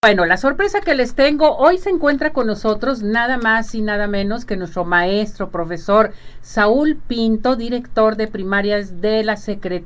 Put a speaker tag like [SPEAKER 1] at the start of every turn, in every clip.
[SPEAKER 1] Bueno, la sorpresa que les tengo, hoy se encuentra con nosotros nada más y nada menos que nuestro maestro, profesor Saúl Pinto, director de primarias de la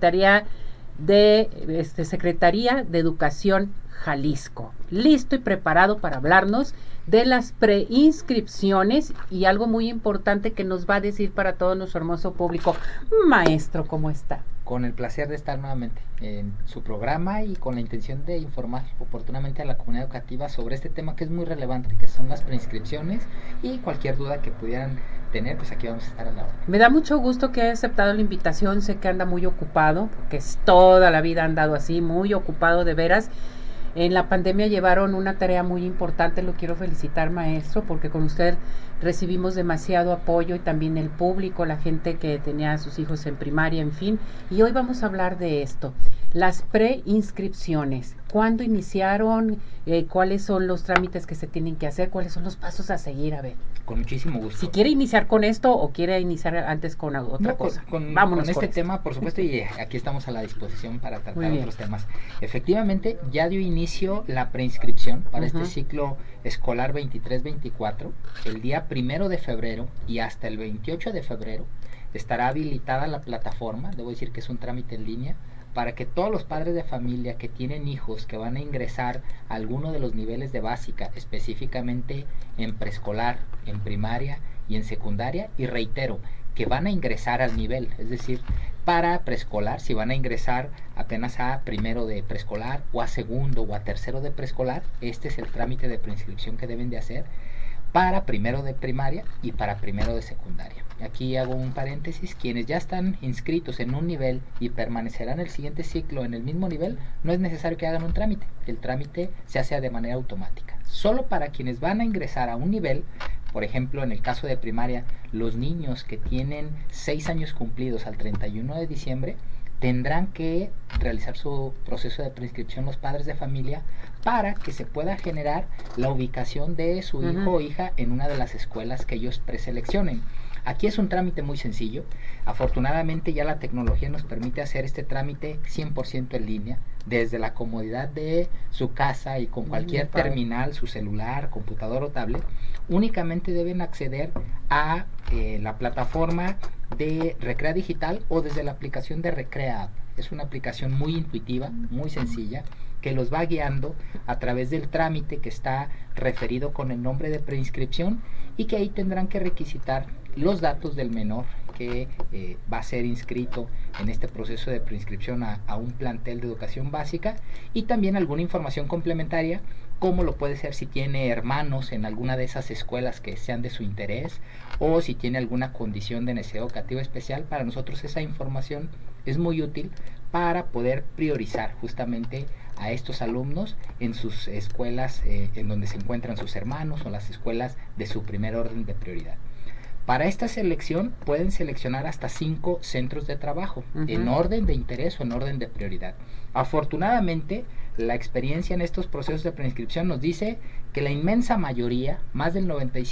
[SPEAKER 1] Secretaría de Educación Jalisco. Listo y preparado para hablarnos de las preinscripciones y algo muy importante que nos va a decir para todo nuestro hermoso público. Maestro, ¿cómo está?
[SPEAKER 2] Con el placer de estar nuevamente en su programa y con la intención de informar oportunamente a la comunidad educativa sobre este tema que es muy relevante, que son las preinscripciones, y cualquier duda que pudieran tener, pues aquí vamos a estar a la hora.
[SPEAKER 1] Me da mucho gusto que haya aceptado la invitación, sé que anda muy ocupado, porque toda la vida ha andado así, muy ocupado de veras. En la pandemia llevaron una tarea muy importante, lo quiero felicitar, maestro, porque con usted recibimos demasiado apoyo y también el público, la gente que tenía a sus hijos en primaria, en fin. Y hoy vamos a hablar de esto, las preinscripciones. ¿Cuándo iniciaron? ¿Cuáles son los trámites que se tienen que hacer? ¿Cuáles son los pasos a seguir? A ver.
[SPEAKER 2] Con muchísimo gusto.
[SPEAKER 1] Si quiere iniciar con esto o quiere iniciar antes con otra cosa.
[SPEAKER 2] Vámonos con este tema, por supuesto, y aquí estamos a la disposición para tratar otros temas. Efectivamente, ya dio inicio la preinscripción para este ciclo escolar 23-24. El día 1 de febrero y hasta el 28 de febrero estará habilitada la plataforma. Debo decir que es un trámite en línea para que todos los padres de familia que tienen hijos que van a ingresar a alguno de los niveles de básica, específicamente en preescolar, en primaria y en secundaria, y reitero, que van a ingresar al nivel, es decir, para preescolar, si van a ingresar apenas a primero de preescolar o a segundo o a tercero de preescolar, este es el trámite de preinscripción que deben de hacer para primero de primaria y para primero de secundaria. Aquí hago un paréntesis: quienes ya están inscritos en un nivel y permanecerán el siguiente ciclo en el mismo nivel, no es necesario que hagan un trámite, el trámite se hace de manera automática. Solo para quienes van a ingresar a un nivel, por ejemplo, en el caso de primaria, los niños que tienen 6 años cumplidos al 31 de diciembre, tendrán que realizar su proceso de preinscripción los padres de familia para que se pueda generar la ubicación de su hijo o hija en una de las escuelas que ellos preseleccionen. Aquí es un trámite muy sencillo. Afortunadamente ya la tecnología nos permite hacer este trámite 100% en línea, desde la comodidad de su casa y con cualquier terminal, su celular, computador o tablet. Únicamente deben acceder a la plataforma de Recrea Digital o desde la aplicación de Recrea App. Es una aplicación muy intuitiva, muy sencilla, que los va guiando a través del trámite que está referido con el nombre de preinscripción, y que ahí tendrán que requisitar los datos del menor que va a ser inscrito en este proceso de preinscripción a un plantel de educación básica, y también alguna información complementaria, como lo puede ser si tiene hermanos en alguna de esas escuelas que sean de su interés, o si tiene alguna condición de necesidad educativa especial. Para nosotros esa información es muy útil para poder priorizar justamente a estos alumnos en sus escuelas en donde se encuentran sus hermanos, o las escuelas de su primer orden de prioridad. Para esta selección pueden seleccionar hasta 5 centros de trabajo, en orden de interés o en orden de prioridad. Afortunadamente, la experiencia en estos procesos de preinscripción nos dice que la inmensa mayoría, más del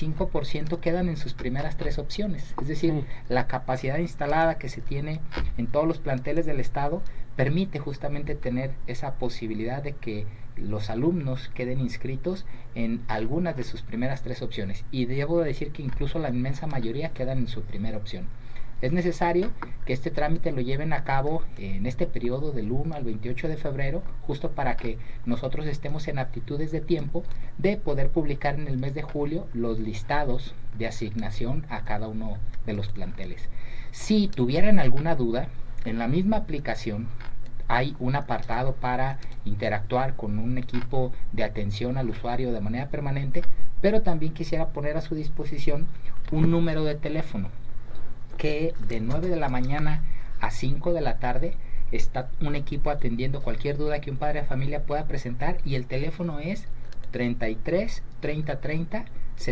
[SPEAKER 2] 95%, quedan en sus primeras 3 opciones. Es decir, la capacidad instalada que se tiene en todos los planteles del estado permite justamente tener esa posibilidad de que los alumnos queden inscritos en algunas de sus primeras 3 opciones, y debo decir que incluso la inmensa mayoría quedan en su primera opción. Es necesario que este trámite lo lleven a cabo en este periodo del 1 al 28 de febrero, justo para que nosotros estemos en aptitudes de tiempo de poder publicar en el mes de julio los listados de asignación a cada uno de los planteles. Si tuvieran alguna duda, en la misma aplicación hay un apartado para interactuar con un equipo de atención al usuario de manera permanente, pero también quisiera poner a su disposición un número de teléfono que de 9 de la mañana a 5 de la tarde está un equipo atendiendo cualquier duda que un padre de familia pueda presentar, y el teléfono es 33 30 30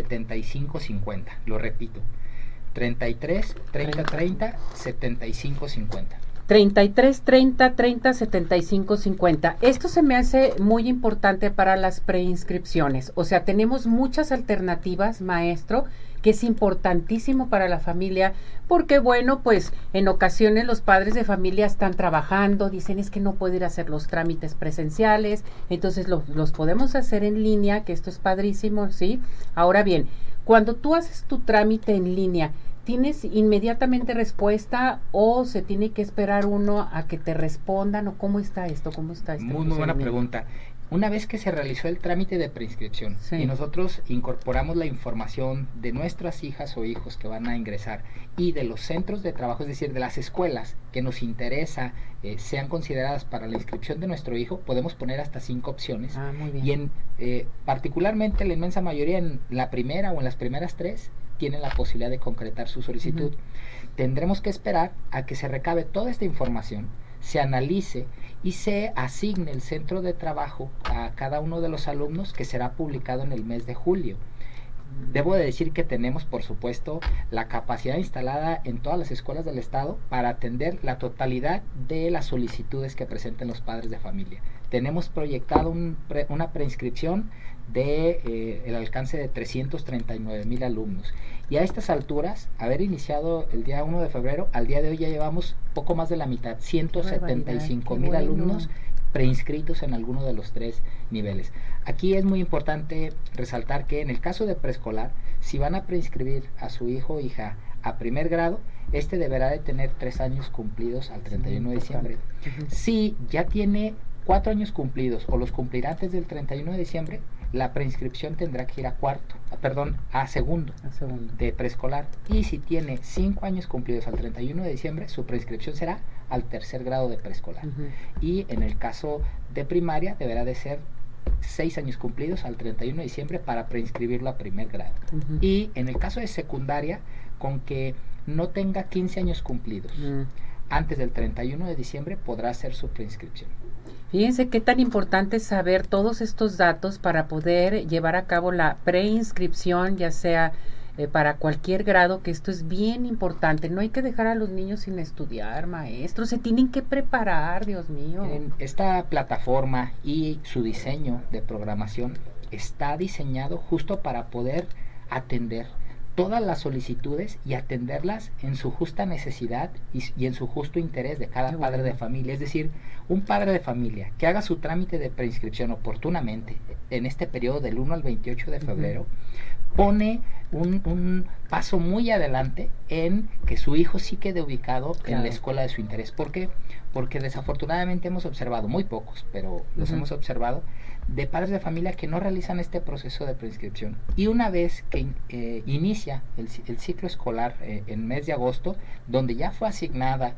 [SPEAKER 2] 75 50. Lo repito, 33 30 30 75 50.
[SPEAKER 1] 33 30 30 75 50. Esto se me hace muy importante para las preinscripciones. O sea, tenemos muchas alternativas, maestro, que es importantísimo para la familia, porque bueno, pues en ocasiones los padres de familia están trabajando, dicen es que no puedo ir a hacer los trámites presenciales, entonces los podemos hacer en línea, que esto es padrísimo, ¿sí? Ahora bien, cuando tú haces tu trámite en línea, ¿tienes inmediatamente respuesta o se tiene que esperar uno a que te respondan o cómo está esto? ¿Cómo está este
[SPEAKER 2] Muy buena pregunta. Una vez que se realizó el trámite de preinscripción y nosotros incorporamos la información de nuestras hijas o hijos que van a ingresar y de los centros de trabajo, es decir, de las escuelas que nos interesa sean consideradas para la inscripción de nuestro hijo, podemos poner hasta 5 opciones.
[SPEAKER 1] Muy bien.
[SPEAKER 2] Y particularmente la inmensa mayoría en la primera o en las primeras 3 tienen la posibilidad de concretar su solicitud. Tendremos que esperar a que se recabe toda esta información, se analice y se asigne el centro de trabajo a cada uno de los alumnos, que será publicado en el mes de julio. Debo de decir que tenemos, por supuesto, la capacidad instalada en todas las escuelas del estado para atender la totalidad de las solicitudes que presenten los padres de familia. Tenemos proyectado una preinscripción de el alcance de 339,000 alumnos. Y a estas alturas, haber iniciado el día 1 de febrero, al día de hoy ya llevamos poco más de la mitad, 175,000 alumnos preinscritos en alguno de los 3 niveles. Aquí es muy importante resaltar que en el caso de preescolar, si van a preinscribir a su hijo o hija a primer grado, este deberá de tener 3 años cumplidos al 31 de diciembre. Si ya tiene 4 años cumplidos o los cumplirá antes del 31 de diciembre, la preinscripción tendrá que ir a segundo de preescolar. Y si tiene 5 años cumplidos al 31 de diciembre, su preinscripción será al 3er grado de preescolar. Y en el caso de primaria, deberá de ser 6 años cumplidos al 31 de diciembre para preinscribirlo a primer grado. Y en el caso de secundaria, con que no tenga 15 años cumplidos antes del 31 de diciembre, podrá hacer su preinscripción.
[SPEAKER 1] Fíjense qué tan importante es saber todos estos datos para poder llevar a cabo la preinscripción, ya sea para cualquier grado, que esto es bien importante. No hay que dejar a los niños sin estudiar, maestros, se tienen que preparar, Dios mío.
[SPEAKER 2] Esta plataforma y su diseño de programación está diseñado justo para poder atender todas las solicitudes y atenderlas en su justa necesidad y en su justo interés de cada padre de familia. Es decir, un padre de familia que haga su trámite de preinscripción oportunamente en este periodo del 1 al 28 de febrero, pone un paso muy adelante en que su hijo sí quede ubicado en la escuela de su interés. ¿Por qué? Porque desafortunadamente hemos observado, muy pocos, pero los hemos observado, de padres de familia que no realizan este proceso de preinscripción. Y una vez que inicia el ciclo escolar en mes de agosto, donde ya fue asignada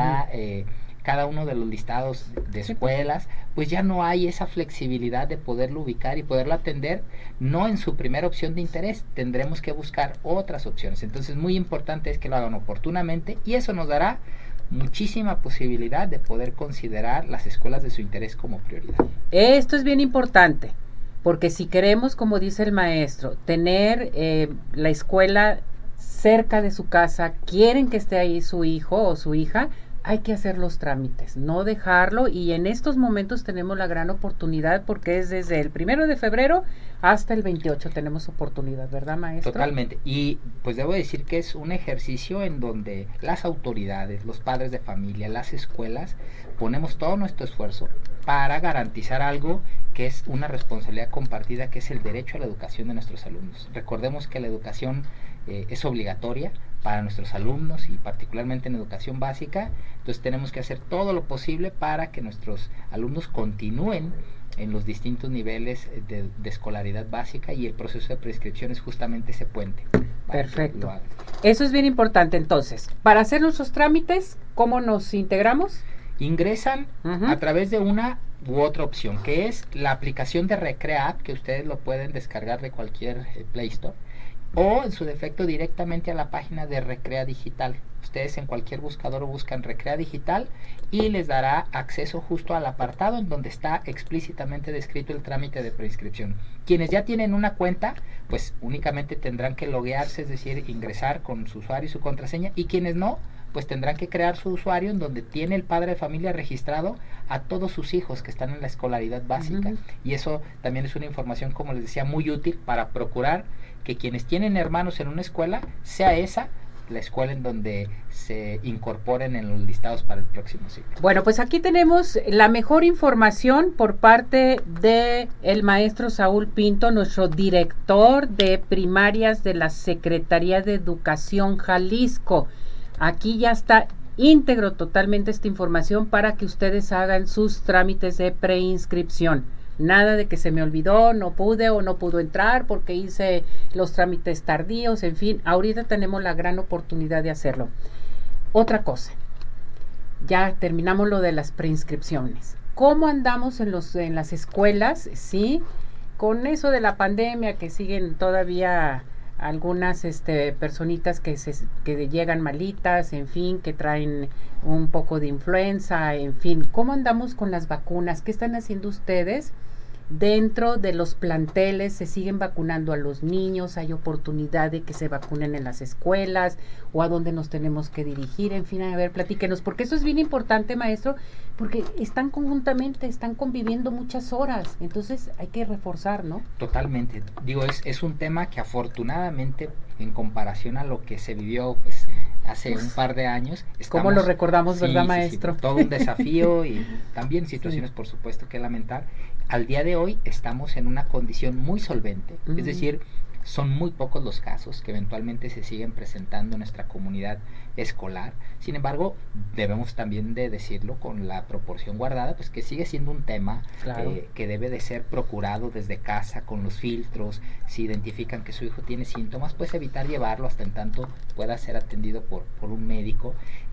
[SPEAKER 2] cada uno de los listados de escuelas, pues ya no hay esa flexibilidad de poderlo ubicar y poderlo atender, no en su primera opción de interés. Tendremos que buscar otras opciones. Entonces, muy importante es que lo hagan oportunamente, y eso nos dará muchísima posibilidad de poder considerar las escuelas de su interés como prioridad.
[SPEAKER 1] Esto es bien importante, porque si queremos, como dice el maestro, tener la escuela cerca de su casa, quieren que esté ahí su hijo o su hija, hay que hacer los trámites, no dejarlo, y en estos momentos tenemos la gran oportunidad, porque es desde el 1 de febrero hasta el 28 tenemos oportunidad, ¿verdad, maestro?
[SPEAKER 2] Totalmente, y pues debo decir que es un ejercicio en donde las autoridades, los padres de familia, las escuelas, ponemos todo nuestro esfuerzo para garantizar algo que es una responsabilidad compartida, que es el derecho a la educación de nuestros alumnos. Recordemos que la educación es obligatoria para nuestros alumnos, y particularmente en educación básica. Entonces tenemos que hacer todo lo posible para que nuestros alumnos continúen en los distintos niveles de escolaridad básica, y el proceso de preinscripción es justamente ese puente.
[SPEAKER 1] Perfecto. Eso es bien importante. Entonces, para hacer nuestros trámites, ¿cómo nos integramos?
[SPEAKER 2] Ingresan a través de una u otra opción, que es la aplicación de Recrea App, que ustedes lo pueden descargar de cualquier Play Store, o en su defecto directamente a la página de Recrea Digital. Ustedes en cualquier buscador buscan Recrea Digital y les dará acceso justo al apartado en donde está explícitamente descrito el trámite de preinscripción. Quienes ya tienen una cuenta, pues únicamente tendrán que loguearse, es decir, ingresar con su usuario y su contraseña, y quienes no, pues tendrán que crear su usuario en donde tiene el padre de familia registrado a todos sus hijos que están en la escolaridad básica. Y eso también es una información, como les decía, muy útil para procurar que quienes tienen hermanos en una escuela, sea esa la escuela en donde se incorporen en los listados para el próximo ciclo.
[SPEAKER 1] Bueno, pues aquí tenemos la mejor información por parte de el maestro Saúl Pinto, nuestro director de primarias de la Secretaría de Educación Jalisco. Aquí ya está íntegro totalmente esta información para que ustedes hagan sus trámites de preinscripción. Nada de que se me olvidó, no pude o no pudo entrar porque hice los trámites tardíos, en fin, ahorita tenemos la gran oportunidad de hacerlo. Otra cosa, ya terminamos lo de las preinscripciones. ¿Cómo andamos en las escuelas? Sí, con eso de la pandemia que siguen todavía algunas personitas que llegan malitas, en fin, que traen un poco de influenza, en fin. ¿Cómo andamos con las vacunas? ¿Qué están haciendo ustedes? Dentro de los planteles se siguen vacunando a los niños, hay oportunidad de que se vacunen en las escuelas o a dónde nos tenemos que dirigir, en fin, a ver, platíquenos, porque eso es bien importante, maestro, porque están conjuntamente, están conviviendo muchas horas, entonces hay que reforzar, ¿no?
[SPEAKER 2] Totalmente, digo, es un tema que afortunadamente en comparación a lo que se vivió pues hace un par de años.
[SPEAKER 1] ¿Cómo lo recordamos, verdad, maestro?
[SPEAKER 2] Sí, todo un desafío y también situaciones, por supuesto, que lamentar. Al día de hoy estamos en una condición muy solvente, es decir, son muy pocos los casos que eventualmente se siguen presentando en nuestra comunidad escolar. Sin embargo, debemos también de decirlo con la proporción guardada, pues que sigue siendo un tema que debe de ser procurado desde casa con los filtros. Si identifican que su hijo tiene síntomas, pues evitar llevarlo hasta en tanto pueda ser atendido por un médico.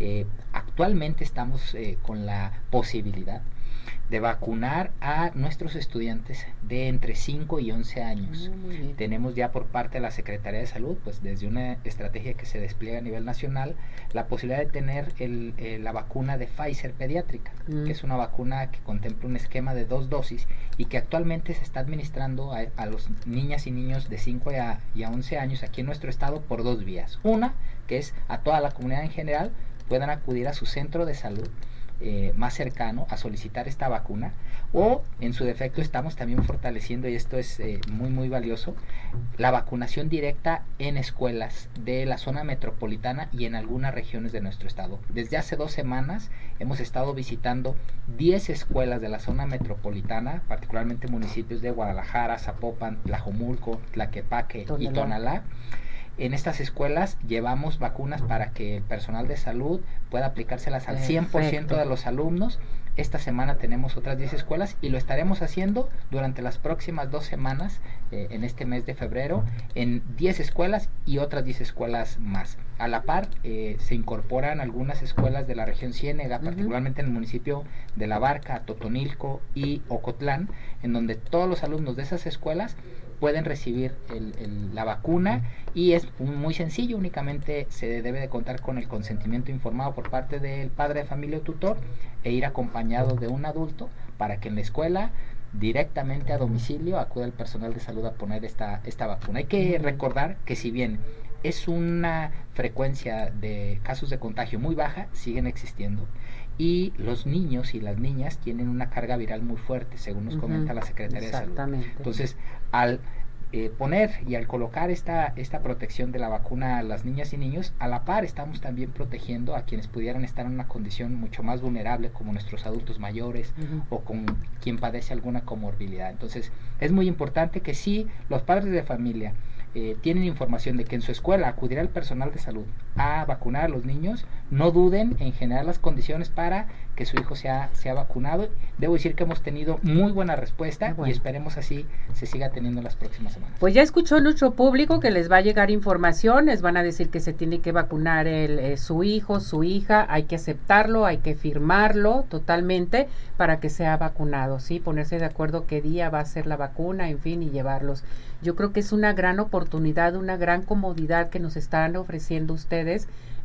[SPEAKER 2] Actualmente estamos con la posibilidad de vacunar a nuestros estudiantes de entre 5 y 11 años. Tenemos ya por parte de la Secretaría de Salud, pues desde una estrategia que se despliega a nivel nacional, la posibilidad de tener la vacuna de Pfizer pediátrica, que es una vacuna que contempla un esquema de 2 dosis y que actualmente se está administrando a los niñas y niños de 5 y a 11 años aquí en nuestro estado por 2 vías. Una, que es a toda la comunidad en general, puedan acudir a su centro de salud más cercano a solicitar esta vacuna, o en su defecto estamos también fortaleciendo, y esto es muy valioso, la vacunación directa en escuelas de la zona metropolitana y en algunas regiones de nuestro estado. Desde hace 2 semanas hemos estado visitando 10 escuelas de la zona metropolitana, particularmente municipios de Guadalajara, Zapopan, Tlajomulco, Tlaquepaque y Tonalá. En estas escuelas llevamos vacunas para que el personal de salud pueda aplicárselas al 100% de los alumnos. Esta semana tenemos otras 10 escuelas y lo estaremos haciendo durante las próximas 2 semanas, en este mes de febrero, en 10 escuelas y otras 10 escuelas más. A la par, se incorporan algunas escuelas de la región Ciénega, particularmente en el municipio de La Barca, Totonilco y Ocotlán, en donde todos los alumnos de esas escuelas pueden recibir la vacuna, y es muy sencillo, únicamente se debe de contar con el consentimiento informado por parte del padre de familia o tutor e ir acompañado de un adulto para que en la escuela directamente a domicilio acuda el personal de salud a poner esta vacuna. Hay que recordar que si bien es una frecuencia de casos de contagio muy baja, siguen existiendo, y los niños y las niñas tienen una carga viral muy fuerte, según nos comenta la Secretaría de Salud. Entonces, al poner y al colocar esta protección de la vacuna a las niñas y niños, a la par estamos también protegiendo a quienes pudieran estar en una condición mucho más vulnerable, como nuestros adultos mayores o con quien padece alguna comorbilidad. Entonces, es muy importante que si los padres de familia tienen información de que en su escuela acudirá el personal de salud a vacunar a los niños, no duden en generar las condiciones para que su hijo sea vacunado. Debo decir que hemos tenido muy buena respuesta y esperemos así se siga teniendo en las próximas semanas.
[SPEAKER 1] Pues ya escuchó nuestro público que les va a llegar información, les van a decir que se tiene que vacunar su hijo, su hija, hay que aceptarlo, hay que firmarlo totalmente para que sea vacunado, ¿sí? Ponerse de acuerdo qué día va a ser la vacuna, en fin, y llevarlos. Yo creo que es una gran oportunidad, una gran comodidad que nos están ofreciendo ustedes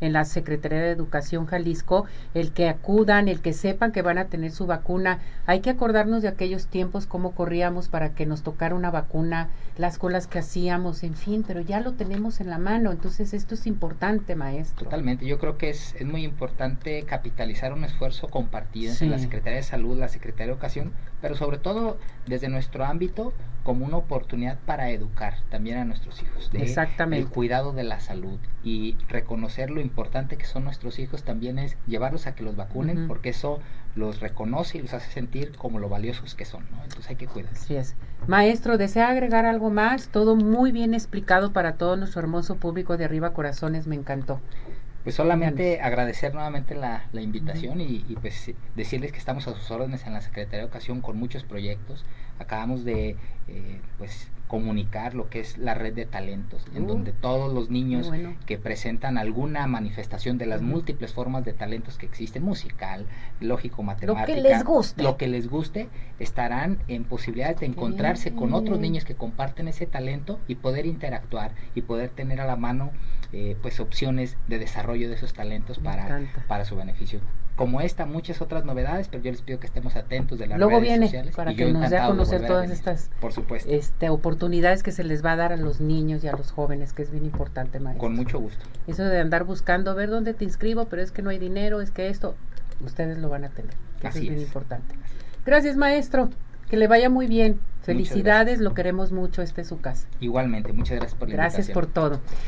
[SPEAKER 1] en la Secretaría de Educación Jalisco, el que acudan, el que sepan que van a tener su vacuna. Hay que acordarnos de aquellos tiempos, cómo corríamos para que nos tocara una vacuna, las colas que hacíamos, en fin, pero ya lo tenemos en la mano. Entonces esto es importante, maestro.
[SPEAKER 2] Totalmente, yo creo que es muy importante capitalizar un esfuerzo compartido entre la Secretaría de Salud, la Secretaría de Educación, pero sobre todo desde nuestro ámbito como una oportunidad para educar también a nuestros hijos de el cuidado de la salud, y reconocer lo importante que son nuestros hijos también es llevarlos a que los vacunen, porque eso los reconoce y los hace sentir como lo valiosos que son, ¿no? Entonces hay que cuidarlos.
[SPEAKER 1] Así es. Maestro, ¿desea agregar algo más? Todo muy bien explicado para todo nuestro hermoso público de Arriba Corazones, me encantó.
[SPEAKER 2] Pues solamente agradecer nuevamente la invitación y pues decirles que estamos a sus órdenes en la Secretaría de Educación con muchos proyectos. Acabamos de pues comunicar lo que es la red de talentos, en donde todos los niños que presentan alguna manifestación de las múltiples formas de talentos que existen, musical, lógico, matemática, lo que les guste, estarán en posibilidades de encontrarse con otros niños que comparten ese talento y poder interactuar y poder tener a la mano pues opciones de desarrollo de esos talentos para su beneficio. Como esta, muchas otras novedades, pero yo les pido que estemos atentos de las redes sociales.
[SPEAKER 1] Para que nos dé a conocer todas estas
[SPEAKER 2] por supuesto,
[SPEAKER 1] oportunidades que se les va a dar a los niños y a los jóvenes, que es bien importante, maestro.
[SPEAKER 2] Con mucho gusto.
[SPEAKER 1] Eso de andar buscando, ver dónde te inscribo, pero es que no hay dinero, es que esto, ustedes lo van a tener. Eso es bien importante. Gracias, maestro. Que le vaya muy bien. Felicidades, lo queremos mucho, esta es su casa.
[SPEAKER 2] Igualmente, muchas gracias por la invitación.
[SPEAKER 1] Gracias por todo.